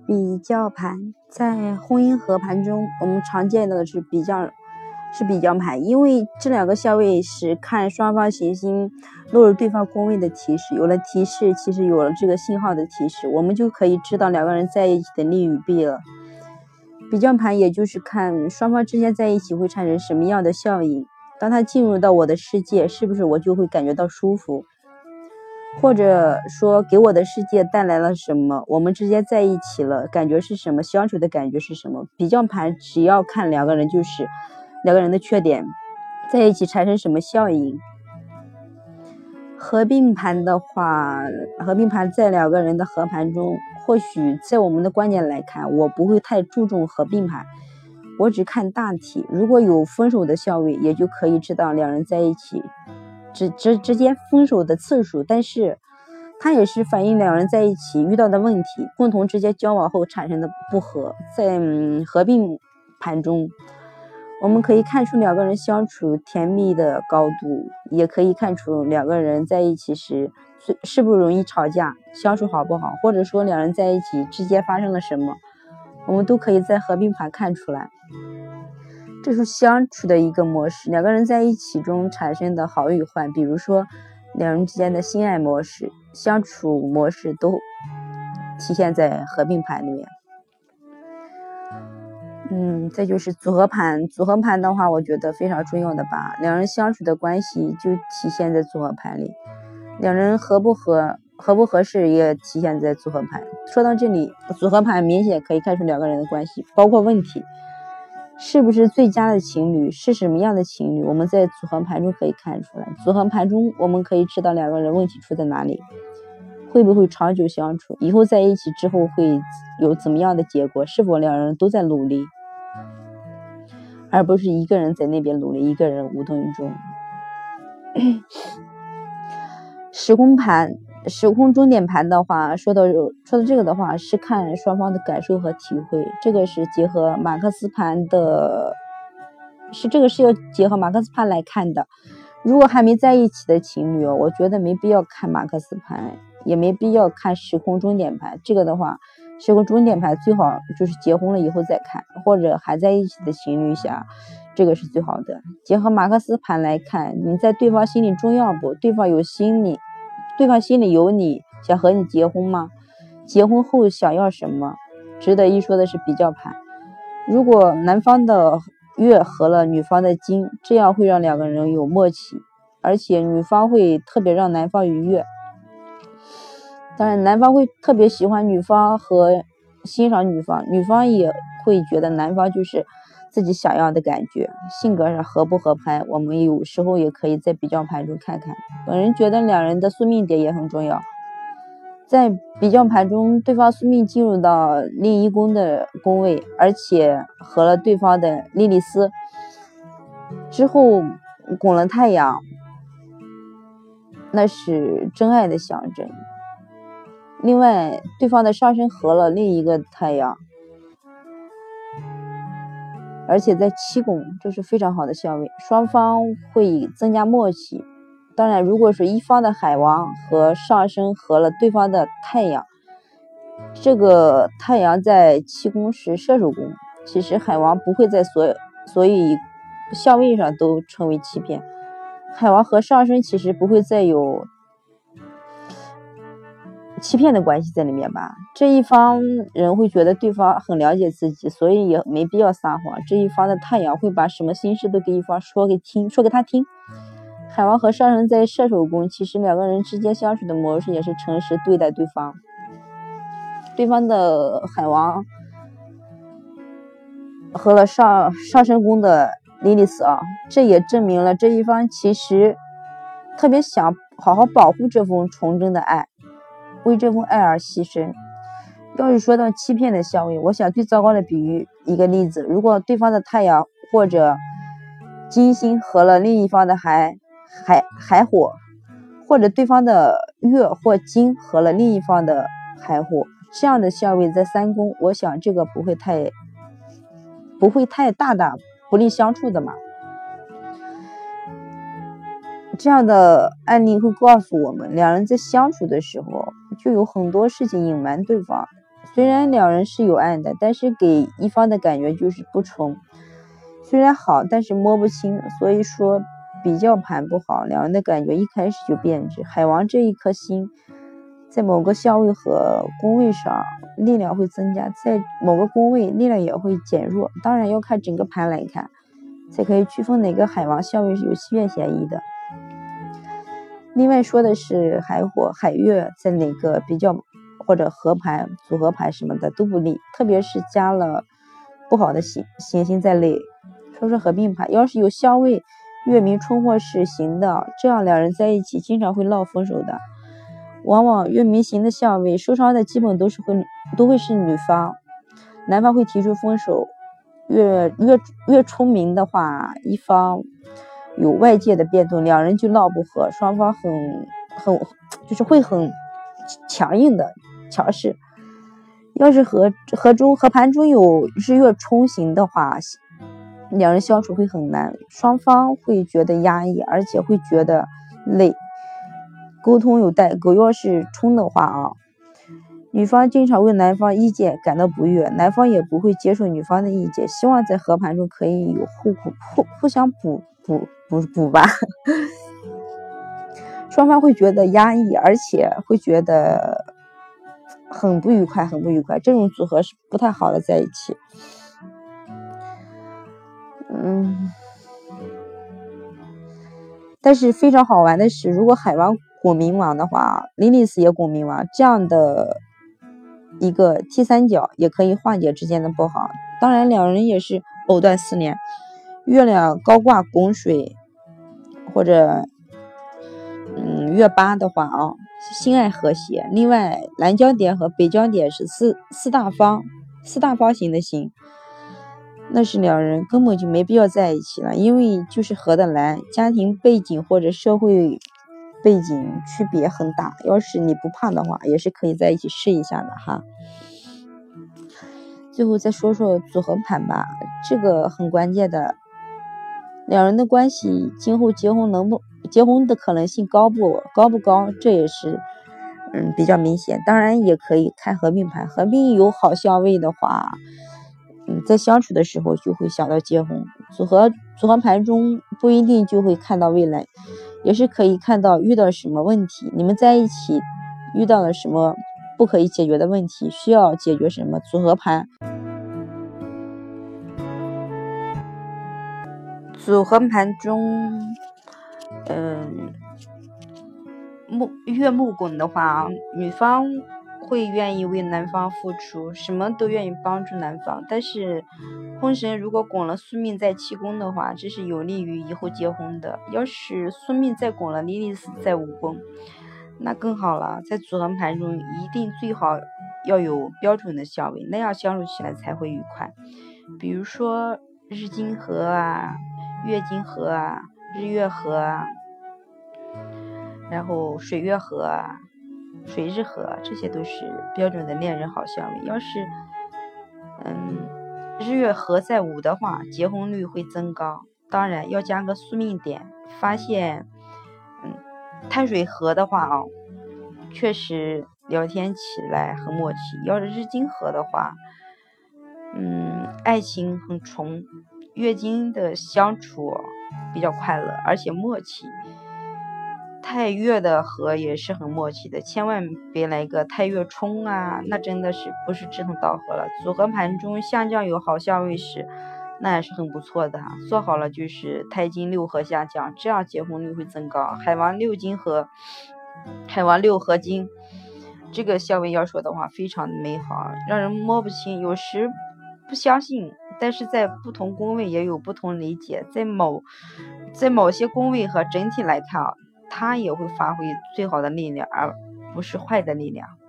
比较盘在婚姻合盘中，我们常见的是比较盘，因为这两个相位是看双方行星落入对方宫位的提示，有了提示，其实有了这个信号的提示，我们就可以知道两个人在一起的利与弊了。比较盘也就是看双方之间在一起会产生什么样的效应，当他进入到我的世界，是不是我就会感觉到舒服，或者说给我的世界带来了什么，我们之间在一起了，感觉是什么，相处的感觉是什么。比较盘只要看两个人，就是两个人的缺点在一起产生什么效应。合并盘的话，合并盘在两个人的合盘中，或许在我们的观点来看，我不会太注重合并盘，我只看大体，如果有分手的相位，也就可以知道两人在一起之间分手的次数，但是它也是反映两人在一起遇到的问题，共同之间交往后产生的不和。在合并盘中，我们可以看出两个人相处甜蜜的高度，也可以看出两个人在一起时是不是容易吵架，相处好不好，或者说两人在一起之间发生了什么，我们都可以在合并盘看出来。这是相处的一个模式，两个人在一起中产生的好与坏，比如说两人之间的心爱模式、相处模式都体现在合并盘里面。再就是组合盘，组合盘的话我觉得非常重要的吧，两人相处的关系就体现在组合盘里，两人合不合适也体现在组合盘。说到这里，组合盘明显可以看出两个人的关系，包括问题是不是最佳的情侣，是什么样的情侣，我们在组合盘中可以看出来。组合盘中我们可以知道两个人问题出在哪里，会不会长久相处，以后在一起之后会有怎么样的结果，是否两人都在努力，而不是一个人在那边努力，一个人无动于衷。时空终点盘的话，说到这个的话，是看双方的感受和体会，这个是结合马克思盘的，是要结合马克思盘来看的。如果还没在一起的情侣，我觉得没必要看马克思盘，也没必要看时空终点盘。这个的话，时空终点盘最好就是结婚了以后再看，或者还在一起的情侣下，这个是最好的。结合马克思盘来看，你在对方心里重要不？对方心里有你，想和你结婚吗？结婚后想要什么？值得一说的是比较盘，如果男方的月合了女方的金，这样会让两个人有默契，而且女方会特别让男方愉悦，当然男方会特别喜欢女方和欣赏女方，女方也会觉得男方就是自己想要的感觉。性格上合不合拍，我们有时候也可以在比较盘中看看。本人觉得两人的宿命点也很重要，在比较盘中，对方宿命进入到另一宫的宫位，而且合了对方的莉莉丝之后拱了太阳，那是真爱的象征。另外对方的上升合了另一个太阳，而且在七宫，这是非常好的相位，双方会增加默契。当然如果是一方的海王和上升合了对方的太阳，这个太阳在七宫是射手宫，其实海王不会在所以相位上都成为欺骗，海王和上升其实不会再有欺骗的关系在里面吧。这一方人会觉得对方很了解自己，所以也没必要撒谎，这一方的太阳会把什么心事都给一方说给他听。海王和上升在射手宫，其实两个人之间相处的模式也是诚实对待对方。对方的海王和了上升宫的莉莉丝这也证明了这一方其实特别想好好保护这份纯真的爱，为这份爱而牺牲。要是说到欺骗的相位，我想最糟糕的比喻一个例子，如果对方的太阳或者金星合了另一方的海火，或者对方的月或金合了另一方的海火，这样的相位在三宫，我想这个不会太大不利相处的嘛。这样的案例会告诉我们，两人在相处的时候就有很多事情隐瞒对方， 虽然两人是有爱的，但是给一方的感觉就是不纯，虽然好，但是摸不清，所以说比较盘不好，两人的感觉一开始就变质。海王这一颗星在某个相位和宫位上力量会增加，在某个宫位力量也会减弱，当然要看整个盘来看，才可以区分哪个海王相位是有西月嫌疑的。另外说的是海火、海月在哪个比较或者合盘、组合盘什么的都不利，特别是加了不好的行星在内。说说合并盘，要是有相位月明冲或是行的，这样两人在一起经常会闹分手的。往往月明行的相位受伤的基本都会是女方，男方会提出分手。月冲明的话，一方有外界的变动，两人就闹不和，双方会很强硬的强势。要是合盘中有日月冲行的话，两人相处会很难，双方会觉得压抑，而且会觉得累，沟通有代沟。要是冲的话女方经常为男方意见感到不悦，男方也不会接受女方的意见，希望在合盘中可以有互相补吧。双方会觉得压抑，而且会觉得很不愉快，这种组合是不太好的在一起。但是非常好玩的是，如果海王拱冥王的话，莉莉丝也拱冥王，这样的一个 T 三角也可以化解之间的不好。当然两人也是藕断丝连，月亮高挂拱水或者月八的话心爱和谐。另外南交点和北交点是四大方形的星，那是两人根本就没必要在一起了，因为就是合得来，家庭背景或者社会背景区别很大。要是你不怕的话，也是可以在一起试一下的哈。最后再说说组合盘吧，这个很关键的，两人的关系今后结婚的可能性高不高，这也是比较明显。当然也可以看合并盘，合并有好相位的话，在相处的时候就会想到结婚。组合盘中不一定就会看到未来，也是可以看到遇到什么问题，你们在一起遇到了什么不可以解决的问题，需要解决什么。组合盘中月木拱的话，女方会愿意为男方付出，什么都愿意帮助男方，但是婚神如果拱了宿命在七宫的话，这是有利于以后结婚的。要是宿命再拱了莉莉丝在五宫，那更好了，在组合盘中一定最好要有标准的相位，那样相处起来才会愉快。比如说日金合月金合日月合然后水月合水日合，这些都是标准的恋人好相位。要是日月合在5的话，结婚率会增高。当然要加个宿命点，发现碳水合的话确实聊天起来很默契。要是日金合的话，爱情很纯，月经的相处比较快乐，而且默契。太月的合也是很默契的，千万别来个太月冲那真的是不是志同道合了。组合盘中相将有好相位时，那也是很不错的做好了就是太金六合相将，这样结婚率会增高。海王六合金，这个相位要说的话非常的美好，让人摸不清，有时不相信，但是在不同宫位也有不同理解。在某些宫位和整体来看它也会发挥最好的力量，而不是坏的力量。